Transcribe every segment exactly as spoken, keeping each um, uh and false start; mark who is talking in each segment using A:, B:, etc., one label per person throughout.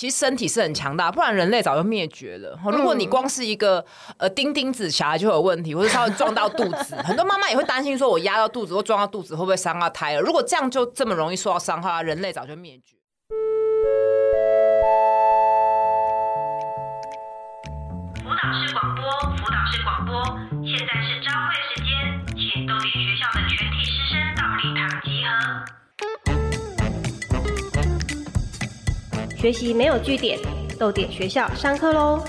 A: 其实身体是很强大，不然人类早就灭绝了。如果你光是一个呃丁丁子小孩就有问题，或者稍微撞到肚子，很多妈妈也会担心说，我压到肚子或撞到肚子会不会伤到胎儿？如果这样就这么容易受到伤害，人类早就灭绝。
B: 辅导室广播，辅导室广播，现在是朝会时间，请豆点学校的全体师生到礼堂集合。
C: 学习没有据点，豆点学校上课喽！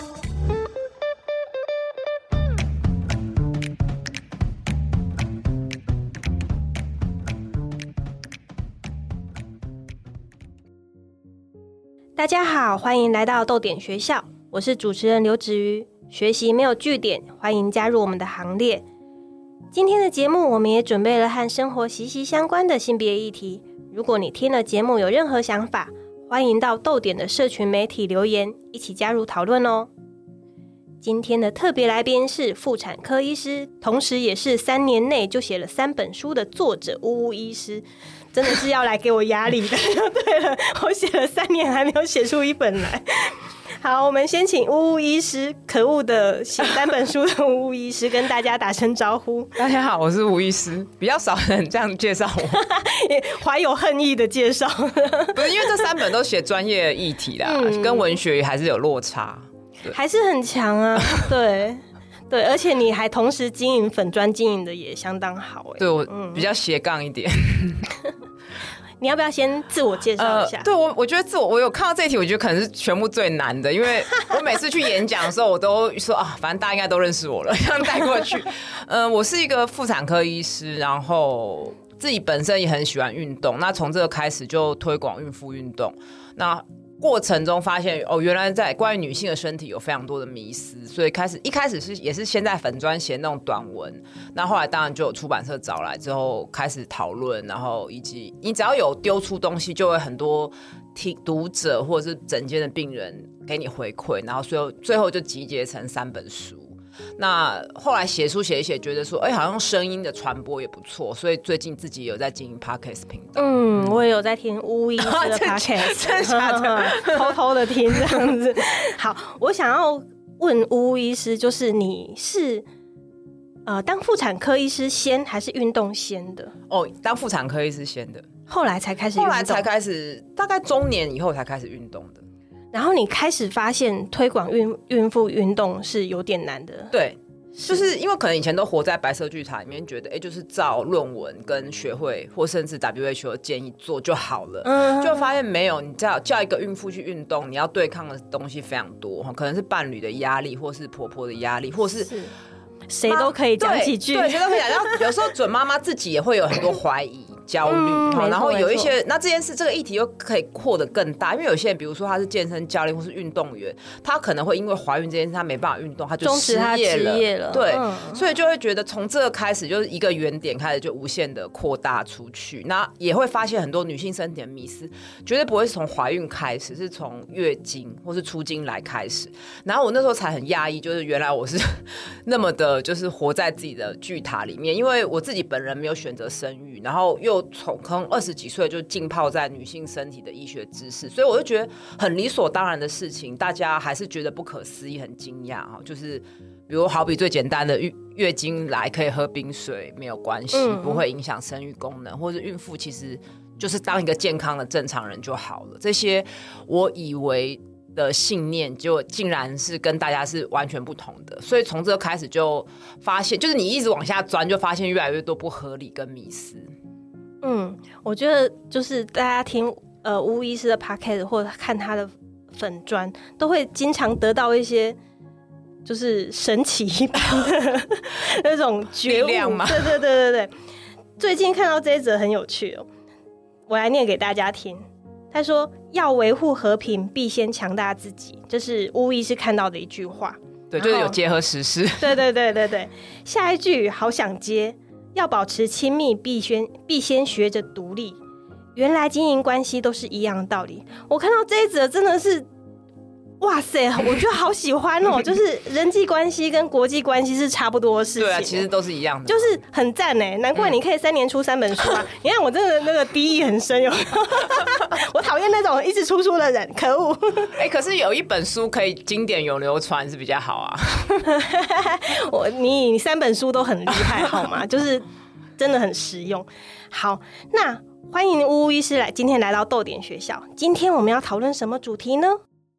C: 大家好，欢迎来到豆点学校，我是主持人刘芷瑜。学习没有据点，欢迎加入我们的行列。今天的节目，我们也准备了和生活息息相关的性别议题。如果你听了节目有任何想法，欢迎到豆点的社群媒体留言，一起加入讨论哦。今天的特别来宾是妇产科医师，同时也是三年内就写了三本书的作者呜呜医师，真的是要来给我压力的。对了，我写了三年还没有写出一本来。好，我们先请呜呜医师，可恶的写三本书的呜呜医师跟大家打声招呼。
A: 大家好，我是吴医师，比较少人这样介绍我，
C: 怀有恨意的介绍。
A: 不是因为这三本都写专业议题啦，嗯、跟文学还是有落差，
C: 还是很强啊。对对，而且你还同时经营粉专，经营的也相当好哎。
A: 对，我比较斜杠一点。
C: 你要不要先自我介绍一下？
A: 呃、对我，我觉得自我，我有看到这一题，我觉得可能是全部最难的，因为我每次去演讲的时候，我都说啊，反正大家应该都认识我了，这样带过去。嗯、呃，我是一个妇产科医师，然后自己本身也很喜欢运动，那从这个开始就推广孕妇运动。那过程中发现哦，原来在关于女性的身体有非常多的迷思，所以开始一开始是也是先在粉专写那种短文，那后来当然就有出版社找来之后开始讨论，然后以及你只要有丢出东西，就会很多听读者或者是诊间的病人给你回馈，然后最后最后就集结成三本书。那后来写书写一写，觉得说，哎、欸，好像声音的传播也不错，所以最近自己有在经营 podcast 频道。
C: 嗯，我也有在听呜呜医师的 podcast，
A: 真的假的？
C: 偷偷的听这样子。好，我想要问呜呜医师，就是你是呃当妇产科医师先，还是运动先的？
A: 哦，当妇产科医师先的，
C: 后来才开始运动，
A: 后来才开始，大概中年以后才开始运动的。
C: 然后你开始发现推广孕孕妇运动是有点难的。
A: 对，就是因为可能以前都活在白色巨塔里面，觉得哎，就是照论文跟学会或甚至 W H O 建议做就好了，嗯，就发现没有，你叫叫一个孕妇去运动，你要对抗的东西非常多，可能是伴侣的压力，或是婆婆的压力，或是
C: 谁都可以讲几句，
A: 对，谁都可以讲。然后有时候准妈妈自己也会有很多怀疑。焦虑、嗯，然后有一些，那这件事这个议题又可以扩得更大，因为有些人，比如说他是健身教练或是运动员，他可能会因为怀孕这件事，他没办法运动，他就失业了，
C: 业了
A: 对、
C: 嗯，
A: 所以就会觉得从这个开始，就是一个原点开始就无限的扩大出去，那也会发现很多女性身体的迷思，绝对不会是从怀孕开始，是从月经或是初经来开始。然后我那时候才很讶异，就是原来我是那么的，就是活在自己的巨塔里面，因为我自己本人没有选择生育，然后又从可能二十几岁就浸泡在女性身体的医学知识，所以我就觉得很理所当然的事情，大家还是觉得不可思议，很惊讶哈。就是比如好比最简单的月经来可以喝冰水没有关系、嗯，不会影响生育功能，或者孕妇其实就是当一个健康的正常人就好了。这些我以为的信念就竟然是跟大家是完全不同的，所以从这开始就发现，就是你一直往下钻，就发现越来越多不合理跟迷思。
C: 嗯，我觉得就是大家听呃吴医师的 podcast 或者看他的粉专，都会经常得到一些就是神奇一般的那种觉悟
A: 力量吗？
C: 对对对对对。最近看到这一则很有趣哦，我来念给大家听。他说：“要维护和平，必先强大自己。”这是吴医师看到的一句话。
A: 对，就是有结合时事。
C: 对对对对对。下一句好想接。要保持亲密，必先必先学着独立。原来经营关系都是一样的道理。我看到这一则真的是哇塞，我觉得好喜欢哦！就是人际关系跟国际关系是差不多的事情，
A: 对啊，其实都是一样的，
C: 就是很赞哎！难怪你可以三年出三本书啊！嗯、你看我真的那个敌意很深，有我讨厌那种一直出书的人，可恶！
A: 哎、欸，可是有一本书可以经典永流传是比较好啊。
C: 我你你三本书都很厉害，好吗？就是真的很实用。好，那欢迎呜呜医师来，今天来到逗点学校。今天我们要讨论什么主题呢？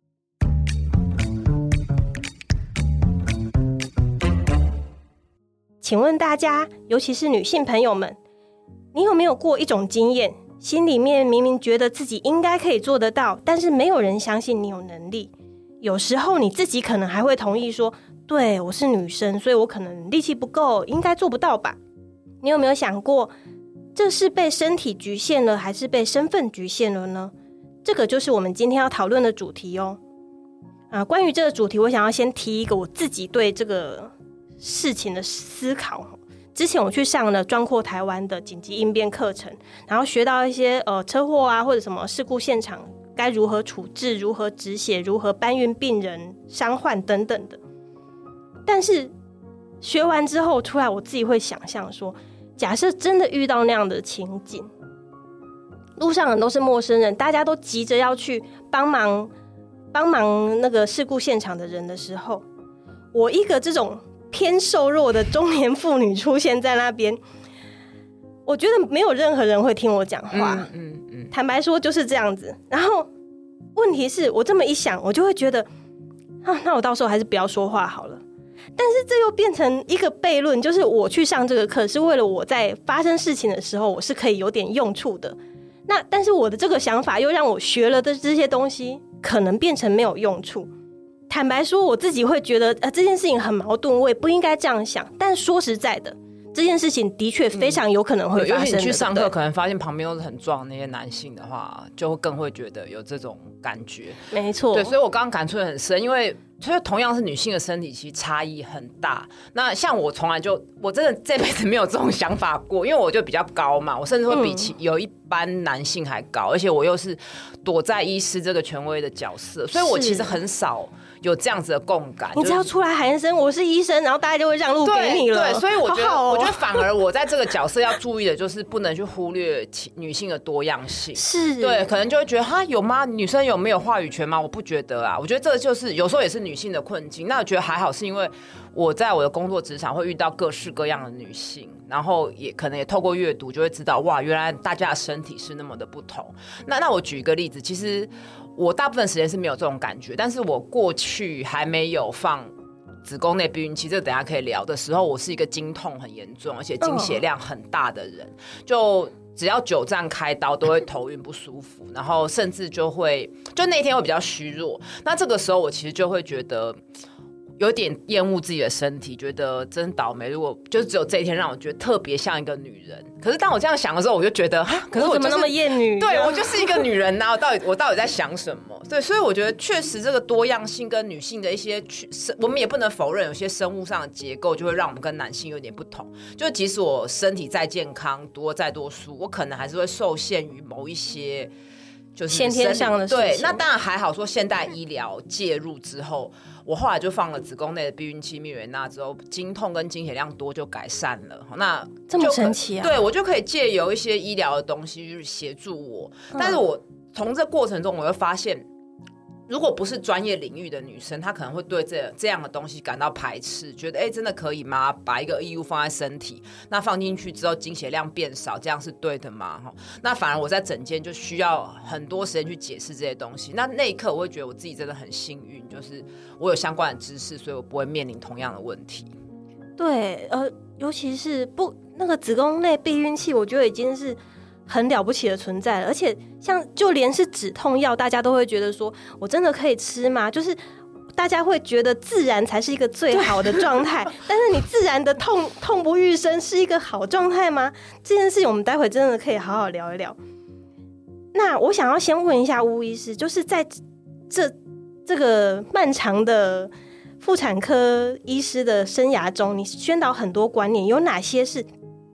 C: 请问大家，尤其是女性朋友们，你有没有过一种经验，心里面明明觉得自己应该可以做得到，但是没有人相信你有能力？有时候你自己可能还会同意说，对，我是女生，所以我可能力气不够，应该做不到吧？你有没有想过，这是被身体局限了，还是被身份局限了呢？这个就是我们今天要讨论的主题哦。啊，关于这个主题，我想要先提一个我自己对这个事情的思考。之前我去上了壮阔台湾的紧急应变课程，然后学到一些呃车祸啊或者什么事故现场该如何处置、如何止血、如何搬运病人、伤患等等的。但是学完之后出来，我自己会想象说，假设真的遇到那样的情景，路上人都是陌生人，大家都急着要去帮忙帮忙那个事故现场的人的时候，我一个这种偏瘦弱的中年妇女出现在那边，我觉得没有任何人会听我讲话。嗯嗯嗯，坦白说就是这样子。然后问题是我这么一想，我就会觉得啊，那我到时候还是不要说话好了。但是这又变成一个悖论，就是我去上这个课是为了我在发生事情的时候我是可以有点用处的。那但是我的这个想法又让我学了的这些东西可能变成没有用处。坦白说，我自己会觉得、呃、这件事情很矛盾，我也不应该这样想。但说实在的，这件事情的确非常有可能会发生的。
A: 尤其你去上课，可能发现旁边都是很壮的那些男性的话，就更会觉得有这种感觉。
C: 没错，
A: 对，所以我刚刚感触很深，因为所以同样是女性的身体，其实差异很大。那像我从来就，我真的这辈子没有这种想法过，因为我就比较高嘛，我甚至会比起有一般男性还高，而且我又是躲在医师这个权威的角色，所以我其实很少有这样子的共感。
C: 你只要出来喊一声我是医生，然后大家就会让路给你了。
A: 对，所以我觉得，
C: 好好哦、
A: 我觉得反而我在这个角色要注意的就是不能去忽略女性的多样性。
C: 是，
A: 对，可能就会觉得哈有吗？女生有没有话语权吗？我不觉得啊。我觉得这个就是有时候也是女性的困境。那我觉得还好，是因为我在我的工作职场会遇到各式各样的女性，然后也可能也透过阅读就会知道，哇，原来大家的身体是那么的不同。那那我举一个例子，其实我大部分时间是没有这种感觉，但是我过去还没有放子宫内避孕器，这个等一下可以聊的时候，我是一个经痛很严重，而且经血量很大的人，就只要久站开刀都会头晕不舒服，然后甚至就会就那天会比较虚弱。那这个时候我其实就会觉得有点厌恶自己的身体，觉得真倒霉。如果就只有这一天让我觉得特别像一个女人，可是当我这样想的时候，我就觉得哈，可是我、就是、
C: 我怎么那么厌女？
A: 对，我就是一个女人呐、啊，我到底我到底在想什么？对，所以我觉得确实这个多样性跟女性的一些，我们也不能否认，有些生物上的结构就会让我们跟男性有点不同。就即使我身体再健康，读了再多书，我可能还是会受限于某一些。就是
C: 先天上的事情。
A: 对，那当然还好，说现代医疗介入之后，我后来就放了子宫内的避孕器蜜月娜之后，经痛跟经血量多就改善了。那
C: 这么神奇啊！
A: 对，我就可以借由一些医疗的东西去协助我。嗯、但是我从这过程中，我会发现，如果不是专业领域的女生，她可能会对这这样的东西感到排斥，觉得哎、欸，真的可以吗？把一个异物放在身体，那放进去之后经血量变少，这样是对的吗？那反而我在诊间就需要很多时间去解释这些东西。那那一刻我会觉得我自己真的很幸运，就是我有相关的知识，所以我不会面临同样的问题。
C: 对，呃，尤其是不那个子宫内避孕器，我觉得已经是很了不起的存在了，而且像就连是止痛药，大家都会觉得说我真的可以吃吗？就是大家会觉得自然才是一个最好的状态，但是你自然的痛痛不欲生是一个好状态吗？这件事情我们待会真的可以好好聊一聊。那我想要先问一下巫医师，就是在这这个漫长的妇产科医师的生涯中，你宣导很多观念，有哪些是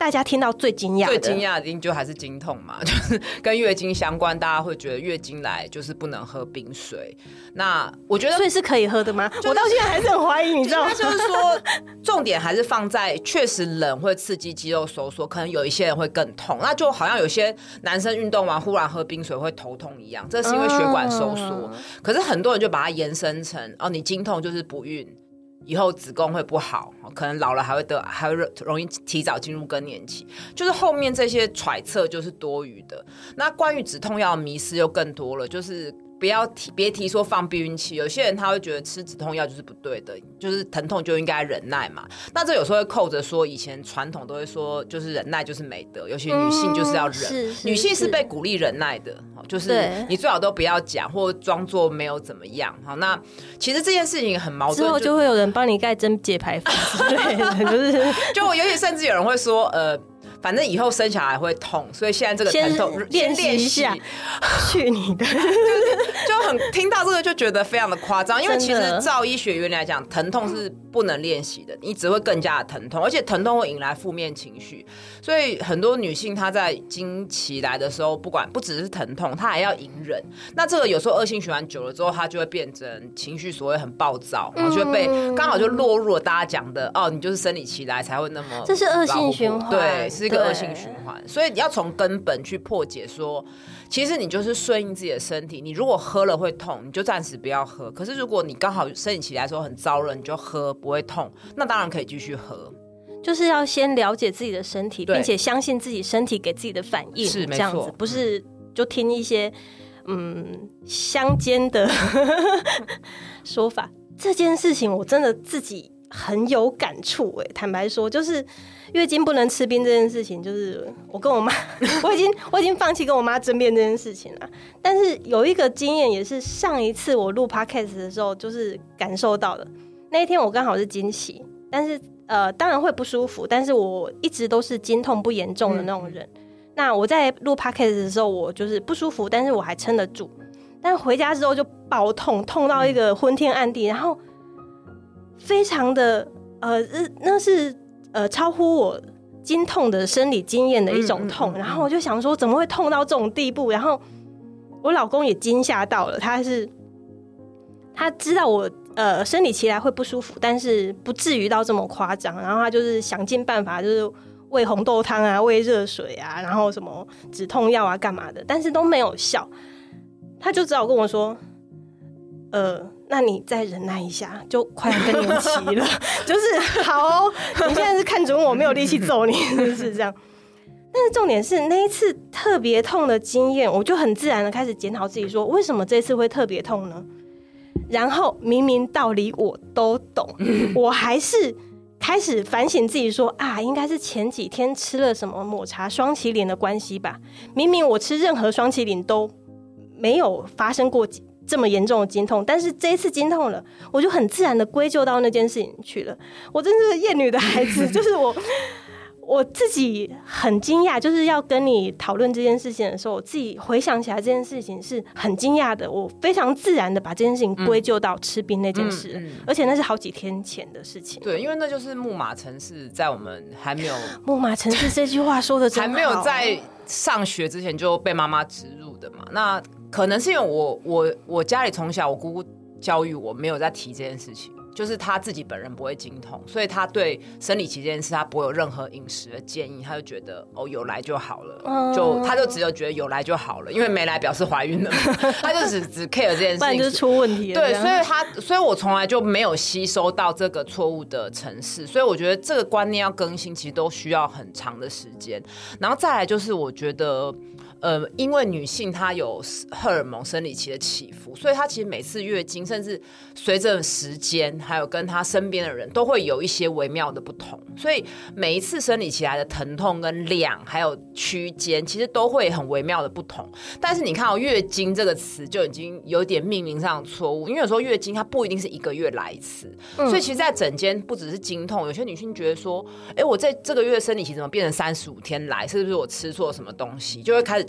C: 大家听到最惊讶的，
A: 最惊讶的一定就还是经痛嘛，就是跟月经相关，大家会觉得月经来就是不能喝冰水。那我觉得，
C: 所以是可以喝的吗？
A: 就是、
C: 我到现在还是很怀疑，你知道吗？
A: 就是说，重点还是放在确实冷会刺激肌肉收缩，可能有一些人会更痛。那就好像有些男生运动完忽然喝冰水会头痛一样，这是因为血管收缩。嗯、可是很多人就把它延伸成哦，你经痛就是不孕。以后子宫会不好，可能老了还会得，还会容易提早进入更年期，就是后面这些揣测就是多余的。那关于止痛药的迷思又更多了，就是不要提，别提说放避孕期。有些人他会觉得吃止痛药就是不对的，就是疼痛就应该忍耐嘛。那这有时候会扣着说，以前传统都会说，就是忍耐就是美德，尤其女性就是要忍，嗯、是是女性是被鼓励忍耐的，就是你最好都不要讲或装作没有怎么样。好，那其实这件事情很矛盾，
C: 之后就会有人帮你盖真解牌坊之类的，就是
A: 就尤其甚至有人会说，呃。反正以后生小孩会痛，所以现在这个疼痛
C: 练习一下。去你的，
A: 就是就很听到这个就觉得非常的夸张，因为其实照医学原理来讲，疼痛是不能练习的，你只会更加的疼痛，而且疼痛会引来负面情绪，所以很多女性她在经期来的时候，不管不只是疼痛，她还要隐忍。那这个有时候恶性循环久了之后，她就会变成情绪所谓很暴躁，然后就会被刚好就落入了大家讲的哦，你就是生理期来才会那么，
C: 这是恶性循环，
A: 对，是一个恶性循环，所以要从根本去破解说，其实你就是顺应自己的身体，你如果喝了会痛，你就暂时不要喝。可是如果你刚好生理期来的时候很燥热，你就喝不会痛，那当然可以继续喝。
C: 就是要先了解自己的身体，并且相信自己身体给自己的反应，
A: 是
C: 这样子，不是就听一些嗯乡间的说法。这件事情我真的自己很有感触哎、欸，坦白说，就是月经不能吃冰这件事情，就是我跟我妈，我已经我已经放弃跟我妈争辩这件事情了。但是有一个经验，也是上一次我录 podcast 的时候，就是感受到的。那一天我刚好是经期，但是呃，当然会不舒服，但是我一直都是经痛不严重的那种人。嗯、那我在录 podcast 的时候，我就是不舒服，但是我还撑得住。但回家之后就爆痛，痛到一个昏天暗地，然后非常的呃，那是呃超乎我经痛的生理经验的一种痛。嗯嗯嗯嗯，然后我就想说，怎么会痛到这种地步？然后我老公也惊吓到了，他是他知道我呃生理期来会不舒服，但是不至于到这么夸张。然后他就是想尽办法，就是喂红豆汤啊，喂热水啊，然后什么止痛药啊，干嘛的，但是都没有效。他就只好跟我说，呃，那你再忍耐一下，就快要更年期了，就是好哦，你现在是看准我没有力气揍你，是不是这样？但是重点是那一次特别痛的经验，我就很自然的开始检讨自己说，为什么这次会特别痛呢？然后明明道理我都懂，我还是开始反省自己说啊，应该是前几天吃了什么抹茶双麒麟的关系吧。明明我吃任何双麒麟都没有发生过这么严重的经痛，但是这一次经痛了，我就很自然的归咎到那件事情去了。我真是厌女的孩子，就是我我自己很惊讶，就是要跟你讨论这件事情的时候，我自己回想起来这件事情是很惊讶的，我非常自然的把这件事情归咎到吃冰那件事、嗯嗯嗯、而且那是好几天前的事情。
A: 对，因为那就是木马程式，在我们还没有
C: 木马程式这句话说的真好，
A: 还没有在上学之前就被妈妈植入的嘛。那可能是因为我我我家里从小我姑姑教育我没有在提这件事情，就是他自己本人不会经痛，所以他对生理期这件事他不会有任何饮食的建议，他就觉得哦有来就好了，嗯、就他就只有觉得有来就好了，因为没来表示怀孕了嘛，他就只只 care 这件事情，
C: 不然就是出问题了。
A: 对，所以他所以我从来就没有吸收到这个错误的程式，所以我觉得这个观念要更新，其实都需要很长的时间。然后再来就是我觉得。呃，因为女性她有荷尔蒙生理期的起伏，所以她其实每次月经，甚至随着时间，还有跟她身边的人，都会有一些微妙的不同。所以每一次生理期来的疼痛跟量，还有区间，其实都会很微妙的不同。但是你看到、哦、月经这个词就已经有点命名上的错误，因为有时候月经它不一定是一个月来一次，嗯、所以其实，在整间不只是经痛，有些女性觉得说，哎，我在这个月生理期怎么变成三十五天来？是不是我吃错什么东西？就会开始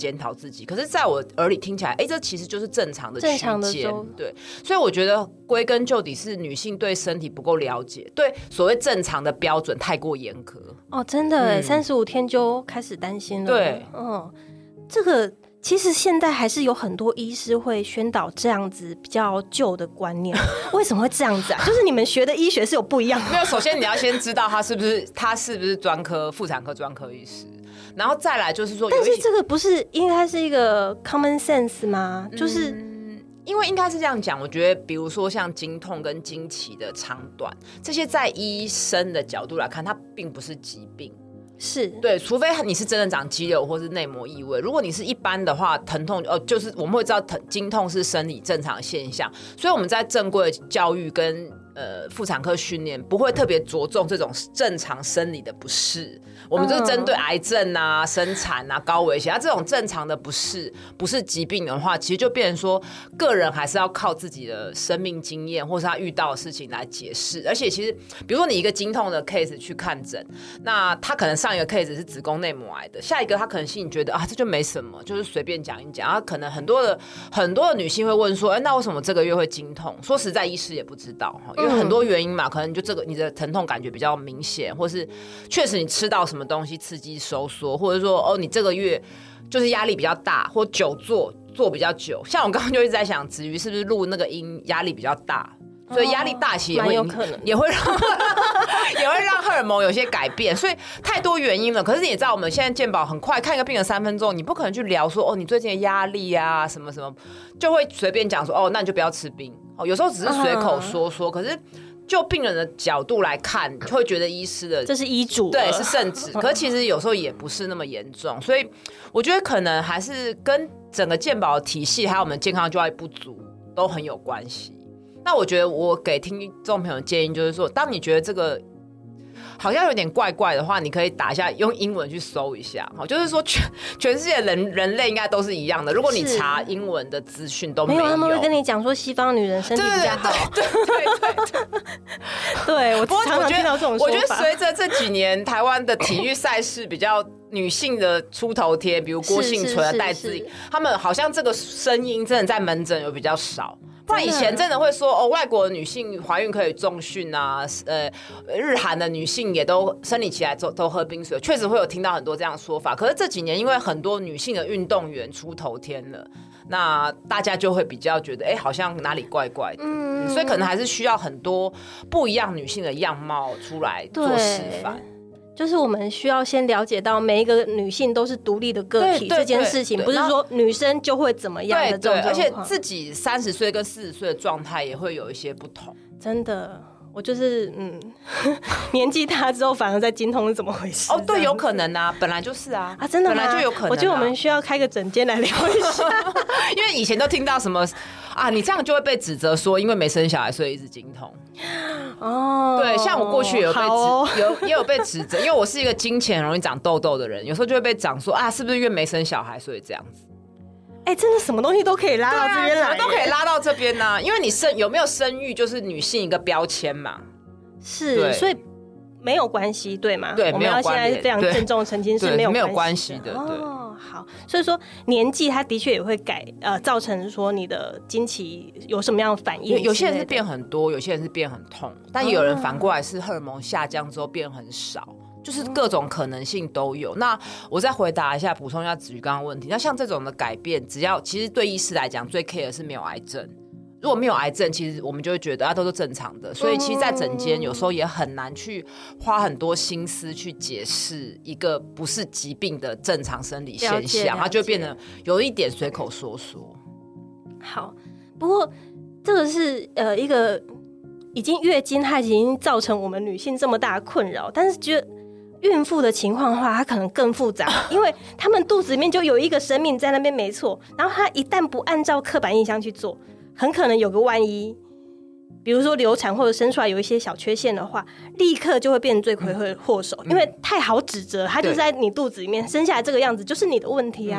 A: 检讨自己。可是在我耳里听起来，哎，这其实就是正常的区间，
C: 正常的周，
A: 对。所以我觉得归根究底是女性对身体不够了解，对所谓正常的标准太过严苛。
C: 哦，真的哎，三十五天就开始担心了。
A: 对，
C: 嗯，这个。其实现在还是有很多医师会宣导这样子比较旧的观念，为什么会这样子啊？就是你们学的医学是有不一样的。
A: 没有，首先你要先知道他是不是他是不是专科妇产科专科医师，然后再来就是说，
C: 但是这个不是应该是一个 common sense 吗？就是。
A: 嗯，因为应该是这样讲，我觉得比如说像经痛跟经期的长短，这些在医生的角度来看，它并不是疾病。
C: 是
A: 对，除非你是真的长肌瘤或是内膜异位。如果你是一般的话，疼痛哦，就是我们会知道疼经痛是生理正常现象，所以我们在正规的教育跟呃妇产科训练不会特别着重这种正常生理的不适，我们就是针对癌症啊、生产啊、高危险啊这种正常的不适，不是疾病的话，其实就变成说个人还是要靠自己的生命经验或是他遇到的事情来解释。而且其实比如说你一个经痛的 case 去看诊，那他可能上一个 case 是子宫内膜癌的，下一个他可能心里觉得啊这就没什么，就是随便讲一讲啊。可能很多的很多的女性会问说，哎，那为什么这个月会经痛？说实在，医师也不知道，因为很多原因嘛，可能你就这个你的疼痛感觉比较明显，或是确实你吃到什么东西刺激收缩，或者说哦你这个月就是压力比较大，或久坐坐比较久。像我刚刚就一直在想，子瑜是不是录那个音压力比较大？所以压力大其实也会、
C: 哦、有可能
A: 也会让也会让荷尔蒙有些改变，所以太多原因了。可是你也知道，我们现在健保很快看一个病人三分钟，你不可能去聊说哦，你最近的压力啊什么什么，就会随便讲说哦，那你就不要吃冰。哦，有时候只是随口说说，可是就病人的角度来看，就会觉得医师的
C: 这是医嘱，
A: 对，是圣旨。可是其实有时候也不是那么严重，所以我觉得可能还是跟整个健保体系还有我们健康教育不足都很有关系。那我觉得我给听众朋友的建议就是说，当你觉得这个好像有点怪怪的话，你可以打一下用英文去搜一下，就是说全全世界人人类应该都是一样的。如果你查英文的资讯都没有，
C: 没有，他们会跟你讲说西方女人身体比较好。
A: 对对对对对，
C: 对我常常听到这种说法。
A: 我觉得随着这几年台湾的体育赛事比较女性的出头天，比如郭婞淳啊、戴资颖，他们好像这个声音真的在门诊有比较少。不然以前真的会说哦，外国的女性怀孕可以重训啊，呃，日韩的女性也都生理期来都都喝冰水，确实会有听到很多这样的说法。可是这几年因为很多女性的运动员出头天了，那大家就会比较觉得哎，好像哪里怪怪的，嗯，所以可能还是需要很多不一样女性的样貌出来做示范。
C: 就是我们需要先了解到每一个女性都是独立的个体，这件事情不是说女生就会怎么样的这种状况，
A: 而且自己三十岁跟四十岁的状态也会有一些不同。
C: 真的，我就是嗯，年纪大之后反而在经痛是怎么回事？
A: 哦，对，有可能啊，本来就是啊，
C: 啊，真的吗？
A: 本来就有可能、啊。
C: 我觉得我们需要开个诊间来聊一下，
A: 因为以前都听到什么啊，你这样就会被指责说因为没生小孩所以一直经痛。哦，对，像我过去也有被指、哦、有也有被指责，因为我是一个经前容易长痘痘的人，有时候就会被讲说啊，是不是因为没生小孩所以这样子？
C: 哎、欸，真的什么东西都可以拉到这边来、
A: 啊，什么都可以拉到这边呢、啊？因为你生有没有生育，就是女性一个标签嘛。
C: 是，所以没有关系，对吗？
A: 对，
C: 我们要现在非常郑重澄清是没有
A: 没有关系的。
C: 对哦，好，所以说年纪它的确也会改，呃，造成说你的经期有什么样的反应？
A: 有些人是变很多，有些人是变很痛，但也有人反过来是荷尔蒙下降之后变很少。就是各种可能性都有。那我再回答一下，补充一下子瑜刚刚问题。那像这种的改变，只要其实对医师来讲，最 care 的是没有癌症。如果没有癌症，其实我们就会觉得啊，都是正常的。所以其实，在诊间有时候也很难去花很多心思去解释一个不是疾病的正常生理现象，它就变得有一点随口说说。
C: 好，不过这个是呃一个已经月经，它已经造成我们女性这么大的困扰，但是觉得。孕妇的情况的话，它可能更复杂，因为他们肚子里面就有一个生命在那边，没错。然后他一旦不按照刻板印象去做，很可能有个万一，比如说流产或者生出来有一些小缺陷的话，立刻就会变成罪魁祸首、嗯，因为太好指责，他就在你肚子里面生下来这个样子，就是你的问题啊。嗯、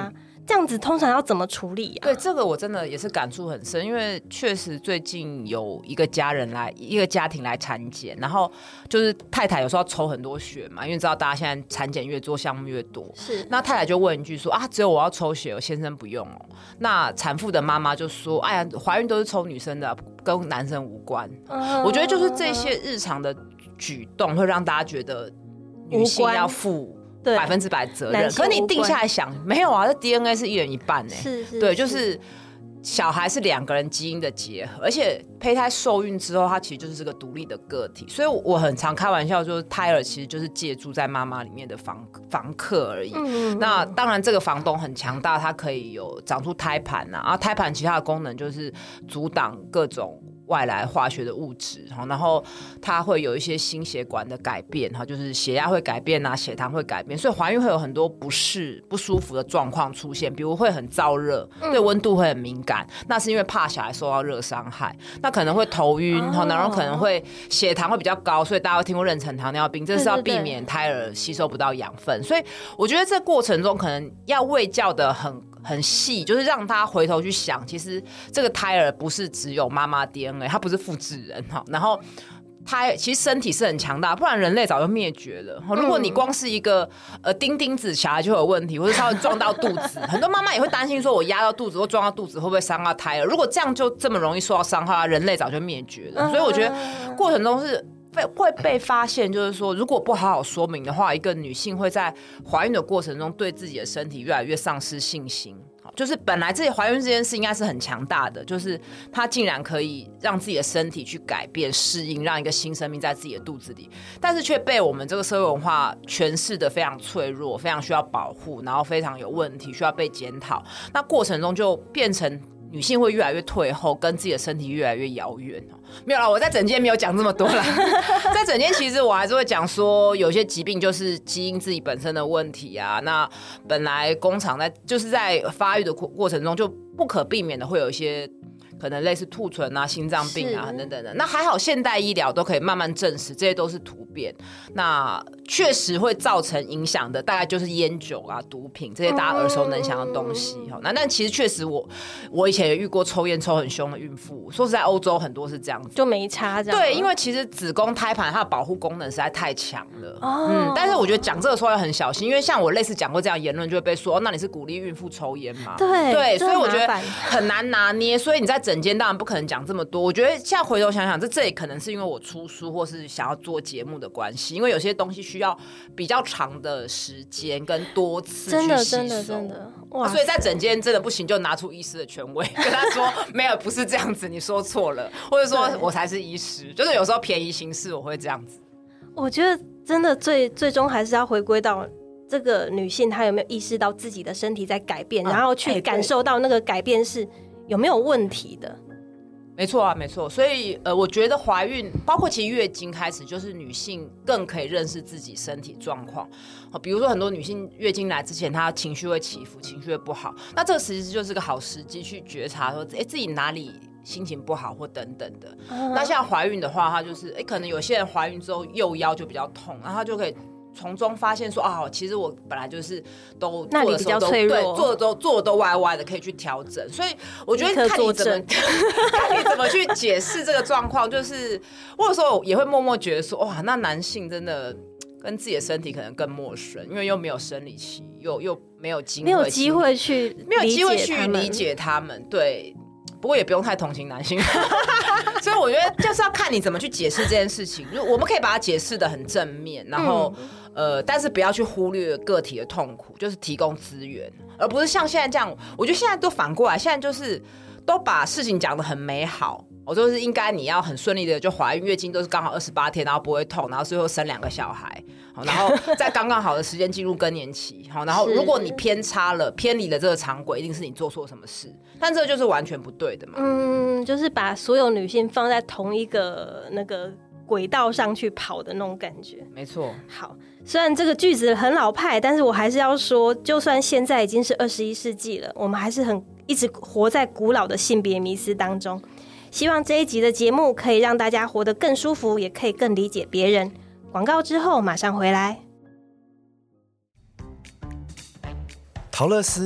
C: 这样子通常要怎么处理啊？
A: 对，这个我真的也是感触很深，因为确实最近有一个家人来，一个家庭来产检，然后就是太太有时候要抽很多血嘛，因为知道大家现在产检越做项目越多，
C: 是。
A: 那太太就问一句说啊，只有我要抽血，我先生不用哦。那产妇的妈妈就说，哎呀，怀孕都是抽女生的，跟男生无关。嗯、我觉得就是这些日常的举动会让大家觉得女性要负百分之百责任，可是你定下来想，没有啊，这 D N A 是一人一半哎、欸，
C: 是是，
A: 对，就是小孩是两个人基因的结合，而且胚胎受孕之后，它其实就是这个独立的个体，所以我很常开玩笑，就是胎儿其实就是借住在妈妈里面的房房客而已。嗯、那当然，这个房东很强大，它可以有长出胎盘啊，然后胎盘其他的功能就是阻挡各种外来化学的物质，然后它会有一些心血管的改变，就是血压会改变啊，血糖会改变，所以怀孕会有很多不适不舒服的状况出现，比如会很燥热，对温度会很敏感，那是因为怕小孩受到热伤害，那可能会头晕，哦、然后可能会血糖会比较高，所以大家会听过妊娠糖尿病，这是要避免胎儿吸收不到养分，所以我觉得这过程中可能要卫教的很很细，就是让他回头去想，其实这个胎儿不是只有妈妈 D N A， 他不是复制人，然后胎其实身体是很强大，不然人类早就灭绝了。如果你光是一个呃钉钉子，小孩就有问题，或者稍微撞到肚子，很多妈妈也会担心说，我压到肚子或撞到肚子会不会伤到胎儿？如果这样就这么容易受到伤害，人类早就灭绝了。所以我觉得过程中是会被发现，就是说，如果不好好说明的话，一个女性会在怀孕的过程中对自己的身体越来越丧失信心。就是本来自己怀孕这件事应该是很强大的，就是她竟然可以让自己的身体去改变适应，让一个新生命在自己的肚子里，但是却被我们这个社会文化诠释的非常脆弱，非常需要保护，然后非常有问题，需要被检讨。那过程中就变成女性会越来越退后，跟自己的身体越来越遥远。没有啦，我在整间没有讲这么多啦。在整间其实我还是会讲说，有些疾病就是基因自己本身的问题啊。那本来工厂在就是在发育的过程中，就不可避免的会有一些可能类似兔唇啊、心脏病啊等等的。那还好，现代医疗都可以慢慢证实，这些都是突变。那确实会造成影响的，大概就是烟酒啊、毒品这些大家耳熟能详的东西。嗯、那但其实确实我，我我以前也遇过抽烟抽很凶的孕妇。说实在，欧洲很多是这样子，
C: 就没差这样。
A: 对，因为其实子宫胎盘它的保护功能实在太强了。哦、嗯，但是我觉得讲这个时候要很小心，因为像我类似讲过这样言论，就会被说，哦、那你是鼓励孕妇抽烟吗？
C: 对
A: 对，所以我觉得很难拿捏。所以你在整间当然不可能讲这么多。我觉得现在回头想想，这这里可能是因为我出书或是想要做节目的关系，因为有些东西需要比较长的时间跟多次去吸收，真的真的真的哇！所以在整间真的不行，就拿出医师的权威跟他说，没有，不是这样子，你说错了，或者说我才是医师，就是有时候便宜行事我会这样子。
C: 我觉得真的最最终还是要回归到这个女性她有没有意识到自己的身体在改变，嗯、然后去感受到那个改变是有没有问题的。
A: 没错啊，没错。所以呃，我觉得怀孕，包括其实月经开始，就是女性更可以认识自己身体状况。比如说很多女性月经来之前，她情绪会起伏，情绪会不好，那这个其实就是个好时机去觉察说，哎，自己哪里心情不好或等等的。Uh-huh. 那像怀孕的话，她就是哎，可能有些人怀孕之后右腰就比较痛，然后她就可以从中发现说啊，其实我本来就是都做的时候都对，做的都做的都歪歪的，可以去调整。所以我觉得看你怎么看你怎么去解释这个状况，就是我有时候也会默默觉得说，哇，那男性真的跟自己的身体可能更陌生，因为又没有生理期，又又没有机会，
C: 没有机会去
A: 没有机会去理解他们，对。不过也不用太同情男性，所以我觉得就是要看你怎么去解释这件事情。我们可以把它解释得很正面，然后、嗯、呃，但是不要去忽略个体的痛苦，就是提供资源，而不是像现在这样。我觉得现在都反过来，现在就是都把事情讲得很美好。我就是应该你要很顺利的就怀孕，月经都是刚好二十八天，然后不会痛，然后最后生两个小孩，然后在刚刚好的时间进入更年期，然后如果你偏差了偏离了这个常轨，一定是你做错什么事，但这就是完全不对的嘛。
C: 嗯，就是把所有女性放在同一个那个轨道上去跑的那种感觉。
A: 没错。
C: 好，虽然这个句子很老派，但是我还是要说，就算现在已经是二十一世纪了，我们还是很一直活在古老的性别迷思当中。希望这一集的节目可以让大家活得更舒服，也可以更理解别人。广告之后马上回来。
D: 陶乐斯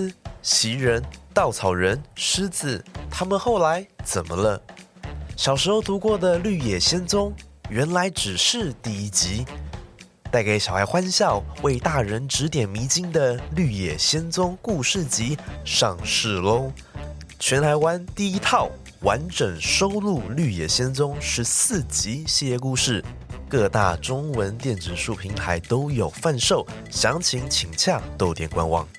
D: 袭人、稻草人、狮子，他们后来怎么了？小时候读过的《绿野仙踪》，原来只是第一集。带给小孩欢笑、为大人指点迷津的《绿野仙踪》故事集上市喽！全台湾第一套完整收录《绿野仙踪》十四集系列故事，各大中文电子书平台都有贩售，详情请洽豆点官网。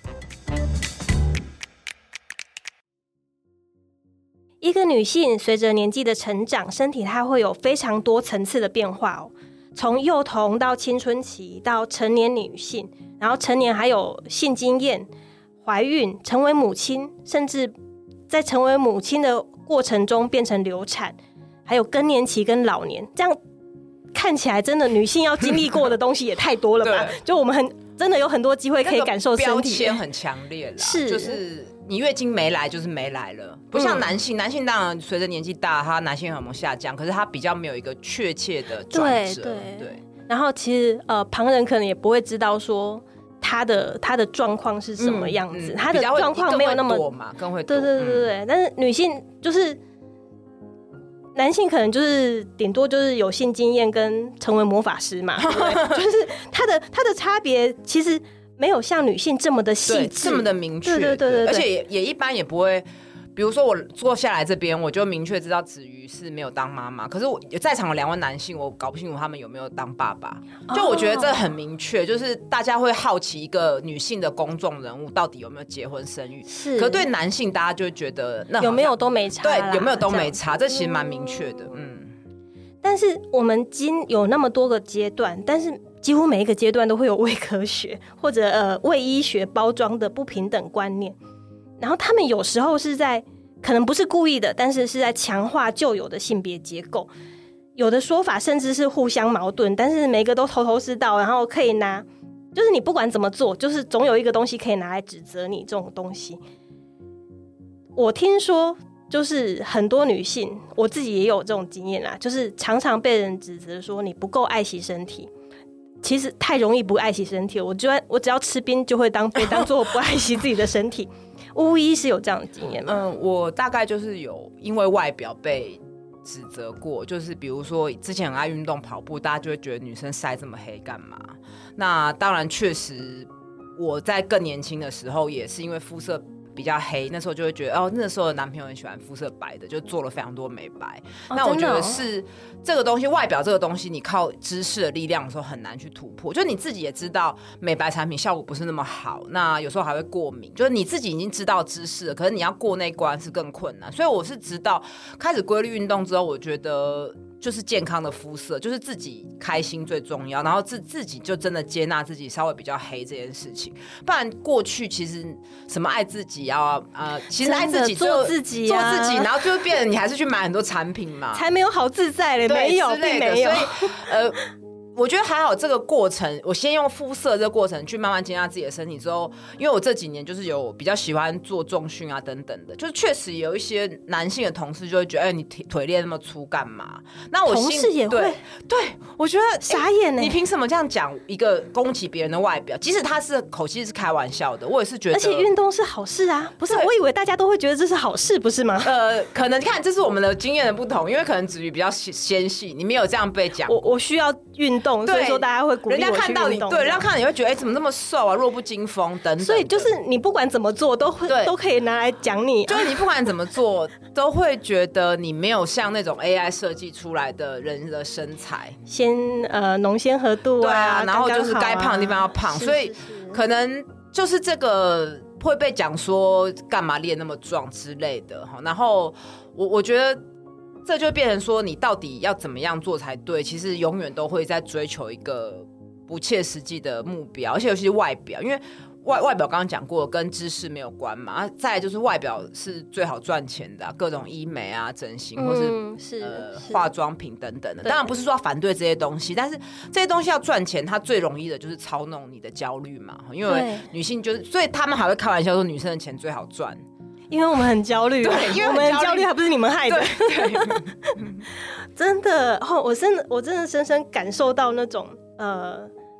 C: 一个女性随着年纪的成长，身体它会有非常多层次的变化哦。从幼童到青春期，到成年女性，然后成年还有性经验、怀孕、成为母亲，甚至在成为母亲的过程中变成流产，还有更年期跟老年。这样看起来，真的女性要经历过的东西也太多了吧？就我们很真的有很多机会可以感受身体，
A: 标签很强烈啦，
C: 是
A: 就是你月经没来就是没来了，不像男性，嗯、男性当然随着年纪大，他男性荷尔蒙下降，可是他比较没有一个确切的转折。
C: 对 对, 对。然后其实呃，旁人可能也不会知道说他的他的状况是什么样子，嗯嗯、他的状况没有那么
A: 多嘛，更会多。
C: 对对对对对。嗯、但是女性就是男性可能就是顶多就是有性经验跟成为魔法师嘛，对不对？就是他的他的差别其实没有像女性这么的细致，
A: 这么的明确。
C: 对对对 对, 对，
A: 而且 也, 也一般也不会，比如说我坐下来这边，我就明确知道子瑜是没有当妈妈，可是我在场的两位男性，我搞不清楚他们有没有当爸爸。就我觉得这很明确，就是大家会好奇一个女性的公众人物到底有没有结婚生育。是，可对男性大家就会觉得那
C: 有没有都没差，
A: 对，有没有都没差，这, 这其实蛮明确的。嗯。
C: 但是我们今有那么多个阶段，但是几乎每一个阶段都会有伪科学或者呃伪医学包装的不平等观念，然后他们有时候是在可能不是故意的，但是是在强化旧有的性别结构，有的说法甚至是互相矛盾，但是每个都头头是道，然后可以拿，就是你不管怎么做，就是总有一个东西可以拿来指责你这种东西。我听说就是很多女性，我自己也有这种经验啦，就是常常被人指责说你不够爱惜身体。其实太容易不爱惜身体了，我就我只要吃冰就会当被当作不爱惜自己的身体。巫医是有这样的经验吗？
A: 嗯，我大概就是有因为外表被指责过，就是比如说之前很爱运动跑步，大家就会觉得女生晒这么黑干嘛？那当然确实我在更年轻的时候也是因为肤色比较黑，那时候就会觉得哦，那时候的男朋友很喜欢肤色白的，就做了非常多美白。哦、那我觉得是、哦、这个东西，外表这个东西，你靠知识的力量的时候很难去突破。就你自己也知道，美白产品效果不是那么好，那有时候还会过敏。就是你自己已经知道知识了，可是你要过那关是更困难。所以我是直到开始规律运动之后，我觉得就是健康的肤色，就是自己开心最重要，然后自自己就真的接纳自己稍微比较黑这件事情。不然过去其实什么爱自己要呃，其实爱自己
C: 做自己、啊、
A: 做自己，然后就会变成你还是去买很多产品嘛，
C: 才没有好自在嘞，没有，并没有。
A: 所以呃。我觉得还好，这个过程我先用肤色这个过程去慢慢接纳自己的身体之后，因为我这几年就是有比较喜欢做重训啊等等的，就是确实有一些男性的同事就会觉得，哎、欸，你腿练那么粗干嘛？那我
C: 同事也会，
A: 对，对我觉得
C: 傻眼呢、欸，
A: 你凭什么这样讲一个攻击别人的外表？即使他是口气是开玩笑的，我也是觉得，
C: 而且运动是好事啊，不是？我以为大家都会觉得这是好事，不是吗？
A: 呃，可能看这是我们的经验的不同，因为可能子瑜比较纤细，你没有这样被讲，
C: 我我需要运动，所以说大家。
A: 人家看到你，对，人家看到你会觉得，哎、欸，怎么那么瘦啊，弱不禁风等等。
C: 所以就是你不管怎么做，都会都可以拿来讲你、啊。
A: 就是你不管怎么做，都会觉得你没有像那种 A I 设计出来的人的身材，
C: 先呃浓鲜合度啊，
A: 对啊，然后就是该胖的地方要胖，
C: 是是是，
A: 所以可能就是这个会被讲说干嘛练那么壮之类的。然后我我觉得。这就变成说，你到底要怎么样做才对？其实永远都会在追求一个不切实际的目标，而且尤其是外表，因为外外表刚刚讲过，跟知识没有关嘛。啊、再来就是外表是最好赚钱的、啊，各种医美啊、整形或是、
C: 嗯、是
A: 呃化妆品等等的。当然不是说要反对这些东西，但是这些东西要赚钱，它最容易的就是操弄你的焦虑嘛。因为女性就是，所以他们还会开玩笑说，女生的钱最好赚。
C: 因为我们很焦虑，
A: 对，因为
C: 我们很焦虑，还不是你们害的。
A: 对对
C: 真的，哦，我真的，我真的深深感受到那种呃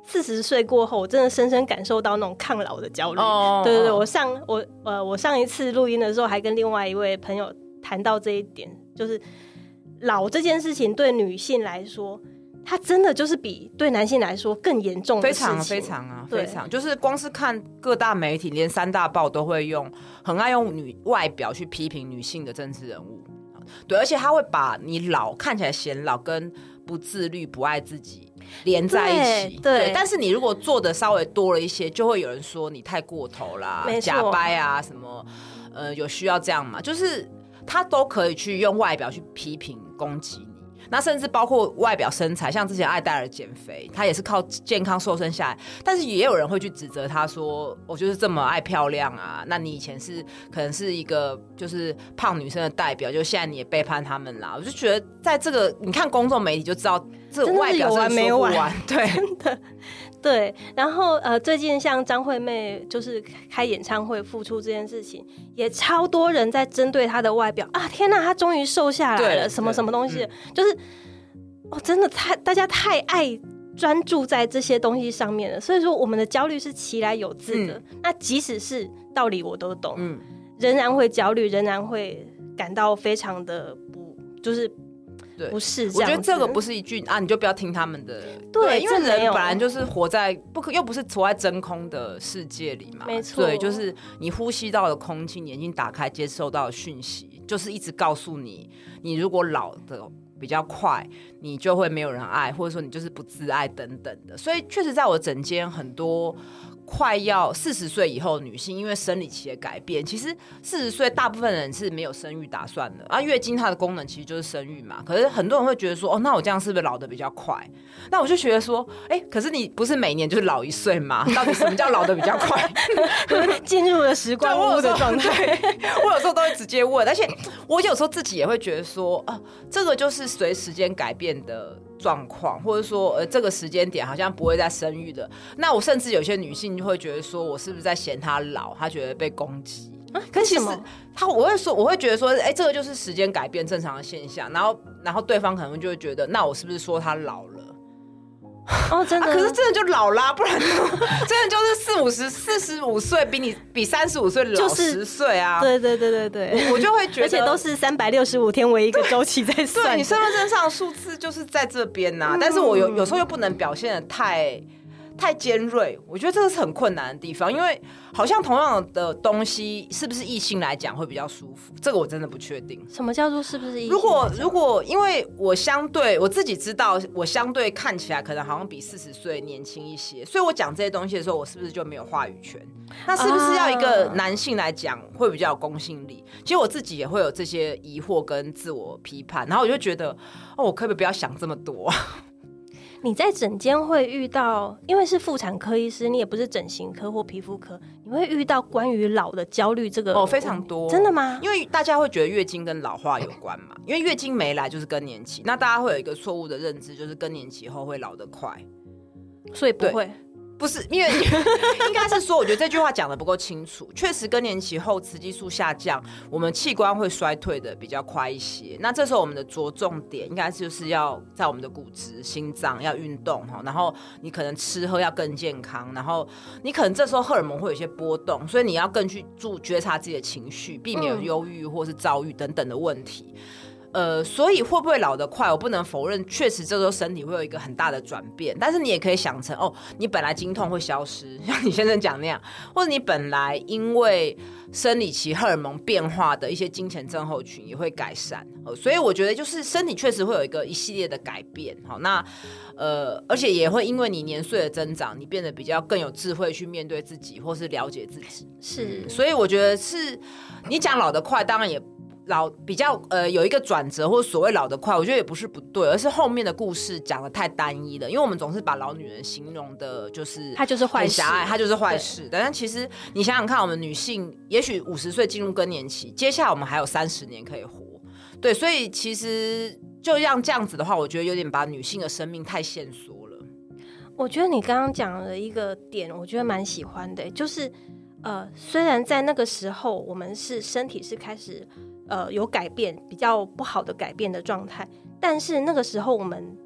C: 四十岁过后，我真的深深感受到那种抗老的焦虑。哦、对对对，我上我呃我上一次录音的时候，还跟另外一位朋友谈到这一点，就是老这件事情对女性来说，它真的就是比对男性来说更严重的事情。
A: 非常非常啊，非常，就是光是看各大媒体，连三大报都会用，很爱用女外表去批评女性的政治人物。对，而且他会把你老看起来显老跟不自律、不爱自己连在一起。 对, 对，但是你如果做的稍微多了一些，就会有人说你太过头啦，假掰啊什么，呃，有需要这样吗？就是他都可以去用外表去批评攻击你。那甚至包括外表身材，像之前艾黛尔减肥，他也是靠健康瘦身下来，但是也有人会去指责他说，我就是这么爱漂亮啊，那你以前是可能是一个就是胖女生的代表，就现在你也背叛他们啦。我就觉得在这个你看公众媒体就知道，这个外表真的说不完，完对，
C: 真的对。然后呃，最近像张惠妹就是开演唱会复出这件事情，也超多人在针对她的外表啊！天哪，她终于瘦下来了，什么什么东西，嗯、就是哦，真的太大家太爱专注在这些东西上面了，所以说我们的焦虑是其来有自的。嗯、那即使是道理我都懂，嗯，仍然会焦虑，仍然会感到非常的不就是。不是这样，
A: 我觉得这个不是一句啊，你就不要听他们的。 对, 对，因为人本来就是活在不可又不是活在真空的世界里嘛，
C: 没错。
A: 对，就是你呼吸到的空气，你眼睛打开接受到的讯息，就是一直告诉你，你如果老的比较快，你就会没有人爱，或者说你就是不自爱等等的。所以确实在我诊间很多快要四十岁以后的女性，因为生理期的改变，其实四十岁大部分人是没有生育打算的啊。月经它的功能其实就是生育嘛，可是很多人会觉得说，哦，那我这样是不是老得比较快？那我就觉得说，哎，可是你不是每年就是老一岁吗？到底什么叫老得比较快？
C: 进入了时光屋的状态。
A: 我有时候都会直接问，而且我有时候自己也会觉得说，啊，这个就是随时间改变的状况，或者说呃这个时间点好像不会再生育的。那我甚至有些女性就会觉得说，我是不是在嫌她老，她觉得被攻击。啊、可其实他我会说，我会觉得说，哎，这个就是时间改变正常的现象。然后，然后对方可能就会觉得，那我是不是说他老了？
C: 哦，真的、
A: 啊，可是真的就老啦，不然呢真的就是四五十、四十五岁，比你比三十五岁老十岁啊！
C: 对对对对对，
A: 我就会觉得，
C: 而且都是三百六十五天为一个周期在算。
A: 对，你身份证上的数字就是在这边呐、啊嗯，但是我有有时候又不能表现得太。太尖锐，我觉得这个是很困难的地方，因为好像同样的东西，是不是异性来讲会比较舒服？这个我真的不确定。
C: 什么叫做是不是异性？
A: 如果如果，因为我相对我自己知道，我相对看起来可能好像比四十岁年轻一些，所以我讲这些东西的时候，我是不是就没有话语权？那是不是要一个男性来讲会比较有公信力？其实我自己也会有这些疑惑跟自我批判，然后我就觉得，哦，我可不可以不要想这么多？
C: 你在诊间会遇到，因为是妇产科医师，你也不是整形科或皮肤科，你会遇到关于老的焦虑这个
A: 哦，非常多。
C: 真的吗？
A: 因为大家会觉得月经跟老化有关嘛，因为月经没来就是更年期，那大家会有一个错误的认知，就是更年期后会老得快，
C: 所以不会。
A: 不是，因为应该是说，我觉得这句话讲得不够清楚。确实，更年期后雌激素下降，我们器官会衰退的比较快一些。那这时候我们的着重点应该就是要在我们的骨质、心脏要运动，然后你可能吃喝要更健康，然后你可能这时候荷尔蒙会有一些波动，所以你要更去注觉察自己的情绪，避免有忧郁或是躁郁等等的问题。呃，所以会不会老得快？我不能否认，确实这时候身体会有一个很大的转变。但是你也可以想成，哦，你本来经痛会消失，像你先生讲那样，或者你本来因为生理期荷尔蒙变化的一些经前症候群也会改善。哦、所以我觉得就是身体确实会有一个一系列的改变。好，那呃，而且也会因为你年岁的增长，你变得比较更有智慧去面对自己，或是了解自己。
C: 是，
A: 嗯、所以我觉得是你讲老得快，当然也。老比较呃有一个转折，或者所谓老得快，我觉得也不是不对，而是后面的故事讲得太单一了。因为我们总是把老女人形容的就是
C: 她就是坏事，
A: 她就是坏事。但其实你想想看，我们女性也许五十岁进入更年期，接下来我们还有三十年可以活。对，所以其实就像这样子的话，我觉得有点把女性的生命太限缩了。
C: 我觉得你刚刚讲的一个点，我觉得蛮喜欢的，就是呃，虽然在那个时候我们是身体是开始。呃，有改变比较不好的改变的状态，但是那个时候我们的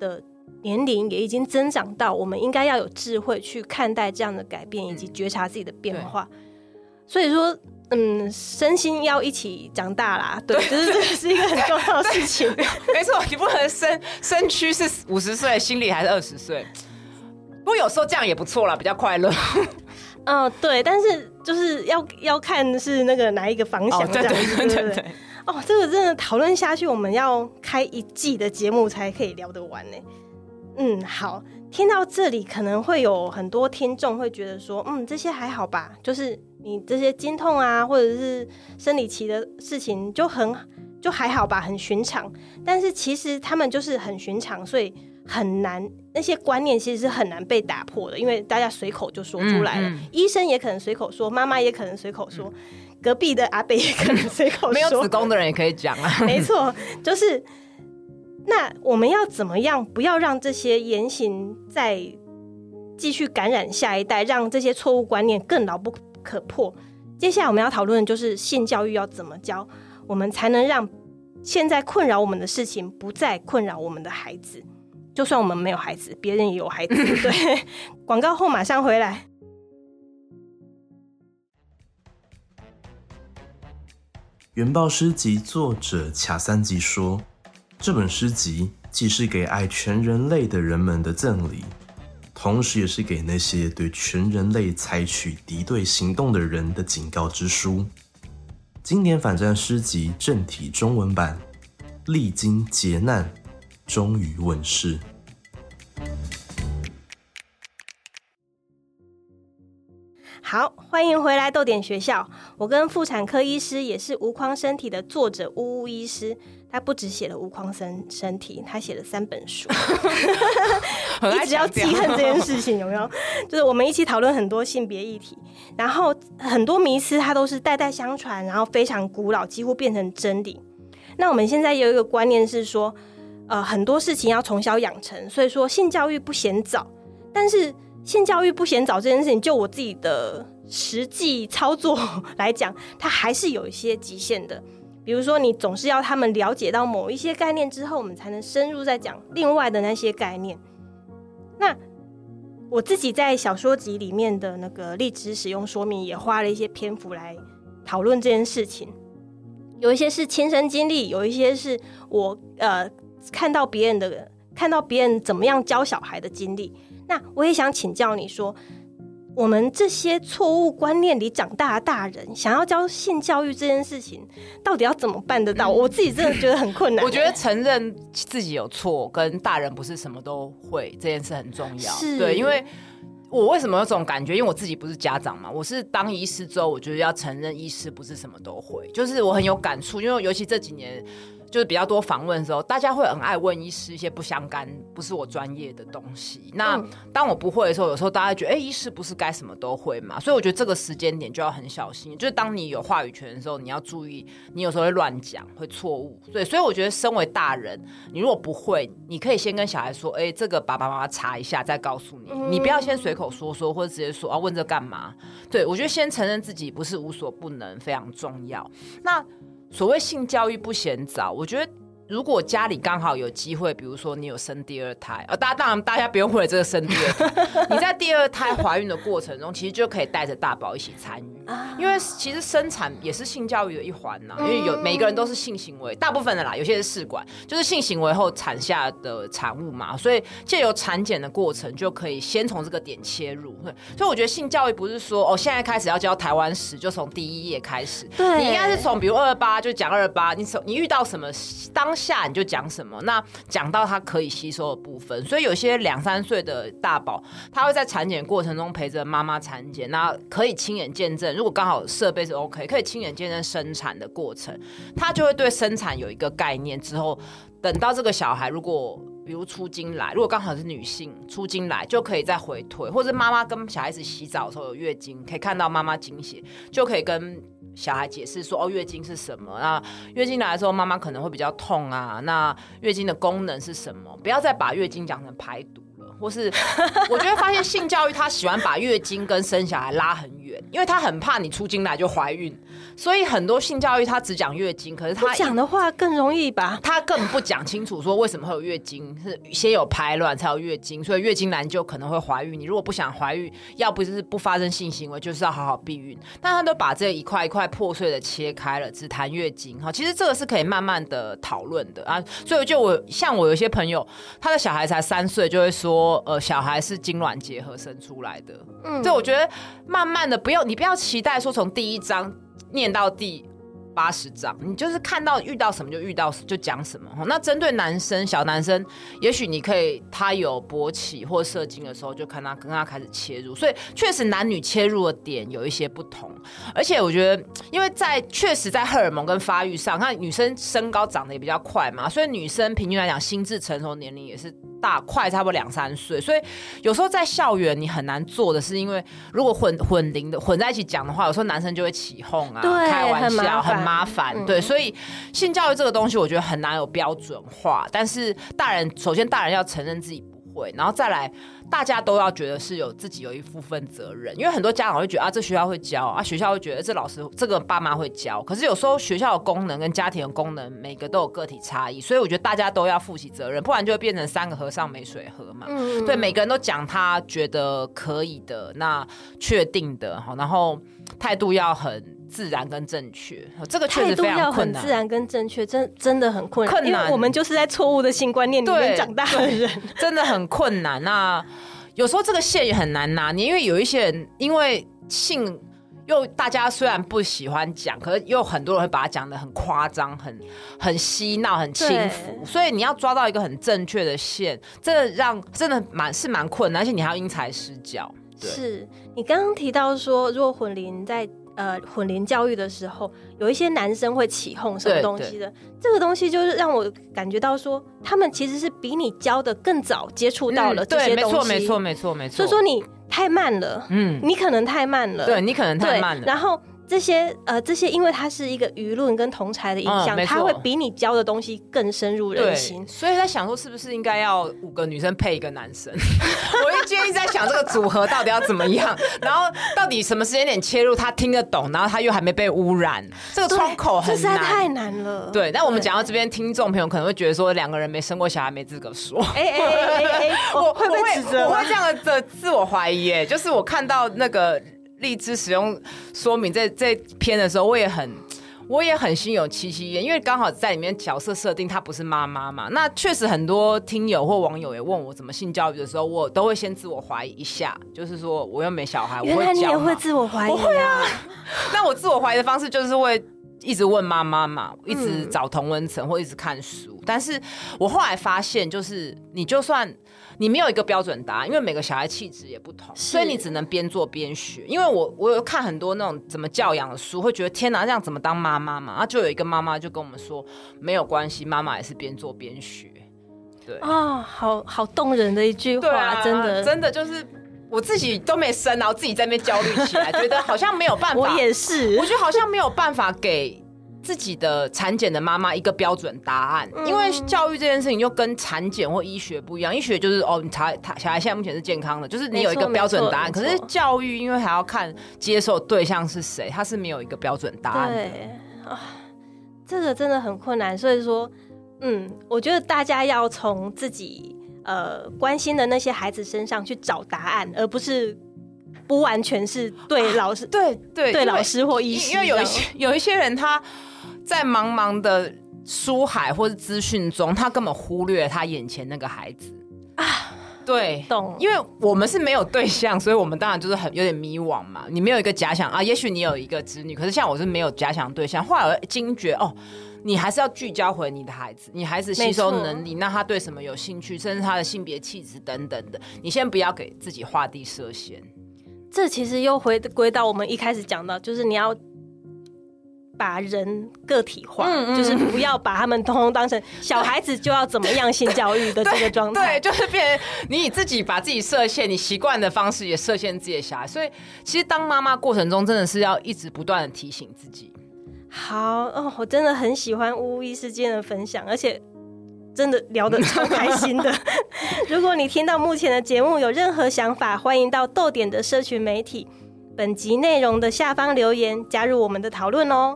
C: 年龄也已经增长到我们应该要有智慧去看待这样的改变，以及觉察自己的变化。所以说嗯，身心要一起长大啦，对，就是这是一个很重要的事情。
A: 没错，你不能身身躯是五十岁，心里还是二十岁。不过有时候这样也不错啦，比较快乐。
C: 嗯、呃，对，但是就是要要看是那个哪一个方向，这样子，
A: 哦、对对对 对, 对。
C: 哦，这个真的讨论下去，我们要开一季的节目才可以聊得完呢。嗯，好，听到这里可能会有很多听众会觉得说，嗯，这些还好吧，就是你这些经痛啊，或者是生理期的事情就很就还好吧，很寻常。但是其实他们就是很寻常，所以很难，那些观念其实是很难被打破的，因为大家随口就说出来了。嗯嗯、医生也可能随口说，妈妈也可能随口说。嗯，隔壁的阿伯也可能随口说，
A: 没有子宫的人也可以讲啊。
C: 没错，就是那我们要怎么样，不要让这些言行再继续感染下一代，让这些错误观念更牢不可破。接下来我们要讨论的就是性教育要怎么教，我们才能让现在困扰我们的事情不再困扰我们的孩子。就算我们没有孩子，别人也有孩子。对，广告后马上回来。
D: 原爆诗集作者卡三吉说，这本诗集既是给爱全人类的人们的赠礼，同时也是给那些对全人类采取敌对行动的人的警告之书。经典反战诗集正体中文版历经劫难终于问世。
C: 好，欢迎回来逗点学校。我跟妇产科医师也是无框身体的作者呜呜医师，他不只写了无框身身体，他写了三本书。一直要记恨这件事情，有没有？就是我们一起讨论很多性别议题，然后很多迷思它都是代代相传，然后非常古老，几乎变成真理。那我们现在有一个观念是说，呃，很多事情要从小养成，所以说性教育不嫌早，但是性教育不嫌早这件事情，就我自己的实际操作来讲，它还是有一些极限的。比如说，你总是要他们了解到某一些概念之后，我们才能深入再讲另外的那些概念。那我自己在小说集里面的那个荔枝使用说明，也花了一些篇幅来讨论这件事情。有一些是亲身经历，有一些是我呃看到别人的看到别人怎么样教小孩的经历。那我也想请教你说，我们这些错误观念里长大的大人，想要教性教育这件事情，到底要怎么办得到？我自己真的觉得很困难。
A: 我觉得承认自己有错，跟大人不是什么都会这件事很重要。对，因为我为什么有这种感觉？因为我自己不是家长嘛，我是当医师之后，我觉得要承认医师不是什么都会，就是我很有感触，因为尤其这几年。就是比较多访问的时候，大家会很爱问医师一些不相干、不是我专业的东西。那、嗯、当我不会的时候，有时候大家觉得，哎、欸，医师不是该什么都会嘛？所以我觉得这个时间点就要很小心。就是当你有话语权的时候，你要注意，你有时候会乱讲，会错误。对，所以我觉得身为大人，你如果不会，你可以先跟小孩说，哎、欸，这个爸爸妈妈查一下，再告诉你。嗯、你不要先随口说说，或者直接说啊，问这干嘛？对，我觉得先承认自己不是无所不能，非常重要。那所谓性教育不嫌早，我觉得如果家里刚好有机会，比如说你有生第二胎，呃，大家当然大家不用为了这个生第二胎，你在第二胎怀孕的过程中，其实就可以带着大宝一起参与，因为其实生产也是性教育的一环呐、啊，因为有每个人都是性行为，大部分的啦，有些是试管，就是性行为后产下的产物嘛，所以借由产检的过程就可以先从这个点切入。所以我觉得性教育不是说哦，现在开始要教台湾史就从第一页开始，
C: 对，
A: 你应该是从比如二二八就讲二二八，你你遇到什么当下你就讲什么，那讲到他可以吸收的部分。所以有些两三岁的大宝，他会在产检过程中陪着妈妈产检，那可以亲眼见证，如果刚好设备是 OK， 可以亲眼见证生产的过程，他就会对生产有一个概念。之后等到这个小孩如果比如出经来，如果刚好是女性出经来，就可以再回推，或者妈妈跟小孩子洗澡的时候有月经，可以看到妈妈经血，就可以跟小孩解释说哦，月经是什么？那月经来的时候，妈妈可能会比较痛啊。那月经的功能是什么？不要再把月经讲成排毒了。 或是我就会发现性教育他喜欢把月经跟生小孩拉很远，因为他很怕你出经来就怀孕，所以很多性教育他只讲月经，可是他
C: 讲的话更容易吧，
A: 他根本不讲清楚说为什么会有月经，是先有排卵才有月经，所以月经来就可能会怀孕，你如果不想怀孕，要不就是不发生性行为，就是要好好避孕，但他都把这一块一块破碎的切开了，只谈月经。其实这个是可以慢慢的讨论的啊，所以就我像我有些朋友，他的小孩才三岁，就会说，呃，小孩是精卵结合生出来的。嗯，所以我觉得慢慢的不要，你不要期待说从第一章念到第八十章，你就是看到遇到什么就遇到就讲什么。那针对男生小男生，也许你可以他有勃起或射精的时候，就看他跟他开始切入。所以确实男女切入的点有一些不同，而且我觉得，因为在确实在荷尔蒙跟发育上，看女生身高长得也比较快嘛，所以女生平均来讲心智成熟年龄也是大快差不多两三岁，所以有时候在校园你很难做的是，因为如果混混龄的混在一起讲的话，有时候男生就会起哄啊，开玩笑很麻烦，嗯、对，所以性教育这个东西，我觉得很难有标准化。但是大人首先大人要承认自己不会，然后再来大家都要觉得是有自己有一部分责任，因为很多家长会觉得啊，这学校会教啊，学校会觉得这老师这个爸妈会教，可是有时候学校的功能跟家庭的功能每个都有个体差异，所以我觉得大家都要负起责任，不然就会变成三个和尚没水喝嘛。嗯、对，每个人都讲他觉得可以的，那确定的，然后态度要很自然跟正确，这个确实非常困难。态度要很自
C: 然跟正确，真真的很困难，
A: 困难，
C: 因为我们就是在错误的性观念里面长大的人，
A: 真的很困难。那有时候这个线也很难拿捏，因为有一些人因为性又大家虽然不喜欢讲，可是又很多人会把它讲得很夸张、很很嬉闹、很轻浮，所以你要抓到一个很正确的线，真的让真的蛮是蛮困难，而且你还要因材施教。
C: 是你刚刚提到说，如果混龄在呃混龄教育的时候，有一些男生会起哄什么东西的，这个东西就是让我感觉到说，他们其实是比你教的更早接触到了这些东西。
A: 嗯、对，没错，没错，没错，没错。
C: 所以说你太慢了，嗯，你可能太慢了，
A: 对你可能太慢了，
C: 然后。这些呃，这些因为它是一个舆论跟同侪的影响，嗯、它会比你教的东西更深入人心。
A: 所以在想说，是不是应该要五个女生配一个男生？我一直在想这个组合到底要怎么样，然后到底什么时间点切入，他听得懂，然后他又还没被污染，这个窗口很难，
C: 这实在太难了。
A: 对，但我们讲到这边，听众朋友可能会觉得说，两个人没生过小孩没资格说。
C: 哎哎哎哎，我会被指责，
A: 我会这样的自我怀疑耶，就是我看到那个。荔枝使用说明这这篇的时候，我也很我也很心有戚戚焉，因为刚好在里面角色设定她不是妈妈嘛。那确实很多听友或网友也问我怎么性教育的时候，我都会先自我怀疑一下，就是说我又没小孩，我会教吗？
C: 原来你也会自我怀疑、啊？
A: 我会啊。那我自我怀疑的方式就是会一直问妈妈嘛，一直找同温层或一直看书。但是我后来发现，就是你就算你没有一个标准答案，因为每个小孩气质也不同，所以你只能边做边学。因为我我有看很多那种怎么教养的书，会觉得天哪，这样怎么当妈妈嘛？然后就有一个妈妈就跟我们说，没有关系，妈妈也是边做边学。对
C: 哦，好好动人的一句话，
A: 啊、
C: 真的
A: 真的就是我自己都没生，然后自己在那边焦虑起来，觉得好像没有办法。
C: 我也是，
A: 我觉得好像没有办法给自己的产检的妈妈一个标准答案，嗯、因为教育这件事情就跟产检或医学不一样。医学就是哦，你查小孩现在目前是健康的，就是你有一个标准答案。可是教育因为还要看接受对象是谁，他是没有一个标准答案的。
C: 对啊，这个真的很困难。所以说，嗯，我觉得大家要从自己呃关心的那些孩子身上去找答案，而不是。不完全是对老师、啊、
A: 对对
C: 对老师或医师，
A: 因为有一些有一些人他在茫茫的书海或是资讯中，他根本忽略了他眼前那个孩子啊。对，
C: 懂。
A: 因为我们是没有对象，所以我们当然就是很有点迷惘嘛。你没有一个假想啊，也许你有一个子女，可是像我是没有假想对象。后来我惊觉哦。你还是要聚焦回你的孩子，你孩子吸收能力，那他对什么有兴趣，甚至他的性别气质等等的，你先不要给自己画地设限。
C: 这其实又回归到我们一开始讲到，就是你要把人个体化，嗯嗯就是不要把他们通通当成小孩子就要怎么样性教育的这个状态。
A: 对，就是变成你自己把自己设限，你习惯的方式也设限自己的小孩。所以其实当妈妈过程中，真的是要一直不断的提醒自己。
C: 好哦，我真的很喜欢乌乌医师今天的分享，而且真的聊得超开心的。如果你听到目前的节目有任何想法，欢迎到豆点的社群媒体本集内容的下方留言，加入我们的讨论哦。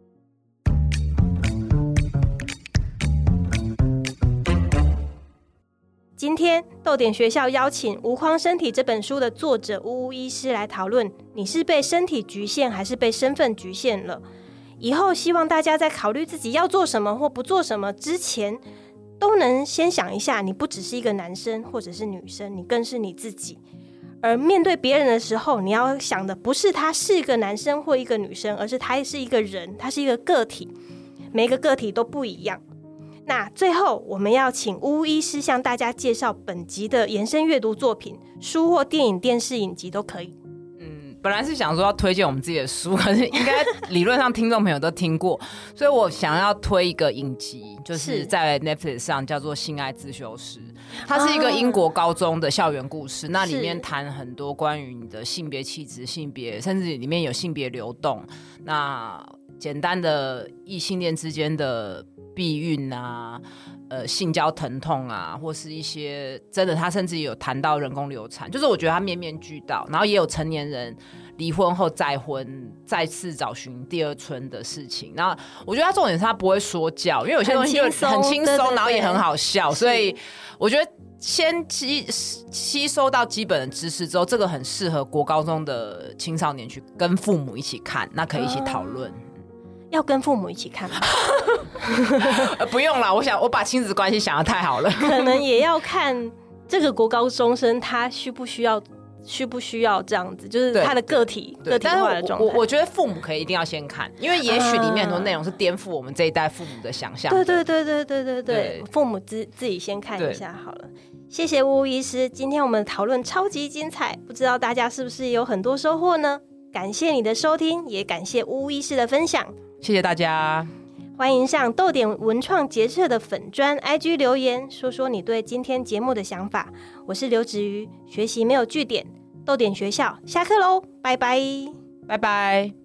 C: 今天豆点学校邀请《无框身体》这本书的作者呜呜医师来讨论，你是被身体局限还是被身份局限了？以后希望大家在考虑自己要做什么或不做什么之前，都能先想一下，你不只是一个男生或者是女生，你更是你自己。而面对别人的时候，你要想的不是他是一个男生或一个女生，而是他是一个人，他是一个个体，每个个体都不一样。那最后我们要请呜呜医师向大家介绍本集的延伸阅读作品，书或电影、电视影集都可以。
A: 嗯，本来是想说要推荐我们自己的书，可是应该理论上听众朋友都听过，所以我想要推一个影集，就是在 Netflix 上叫做《性爱自修室》，它是一个英国高中的校园故事，啊、那里面谈很多关于你的性别气质、性别，甚至里面有性别流动，那简单的异性恋之间的避孕啊，呃，性交疼痛啊，或是一些真的，他甚至有谈到人工流产，就是我觉得他面面俱到，然后也有成年人离婚后再婚，再次找寻第二春的事情。然后我觉得他重点是他不会说教，因为有些东西就很轻松，然后也很好笑，所以我觉得先吸吸收到基本的知识之后，这个很适合国高中的青少年去跟父母一起看，那可以一起讨论。嗯，
C: 要跟父母一起看吗？
A: 呃、不用啦，我想我把亲子关系想得太好了。
C: 可能也要看这个国高中生他需不需要，需不需要这样子，就是他的个体个体化的状态。
A: 我我觉得父母可以一定要先看，因为也许里面很多内容是颠覆我们这一代父母的想象。对
C: 对对对对对对，父母自自己先看一下好了。谢谢呜呜医师，今天我们的讨论超级精彩，不知道大家是不是有很多收获呢？感谢你的收听，也感谢呜呜医师的分享。
A: 谢谢大家，
C: 欢迎上豆点文创结社的粉专 I G 留言，说说你对今天节目的想法。我是刘子瑜，学习没有据点，豆点学校下课喽，拜拜，
A: 拜拜。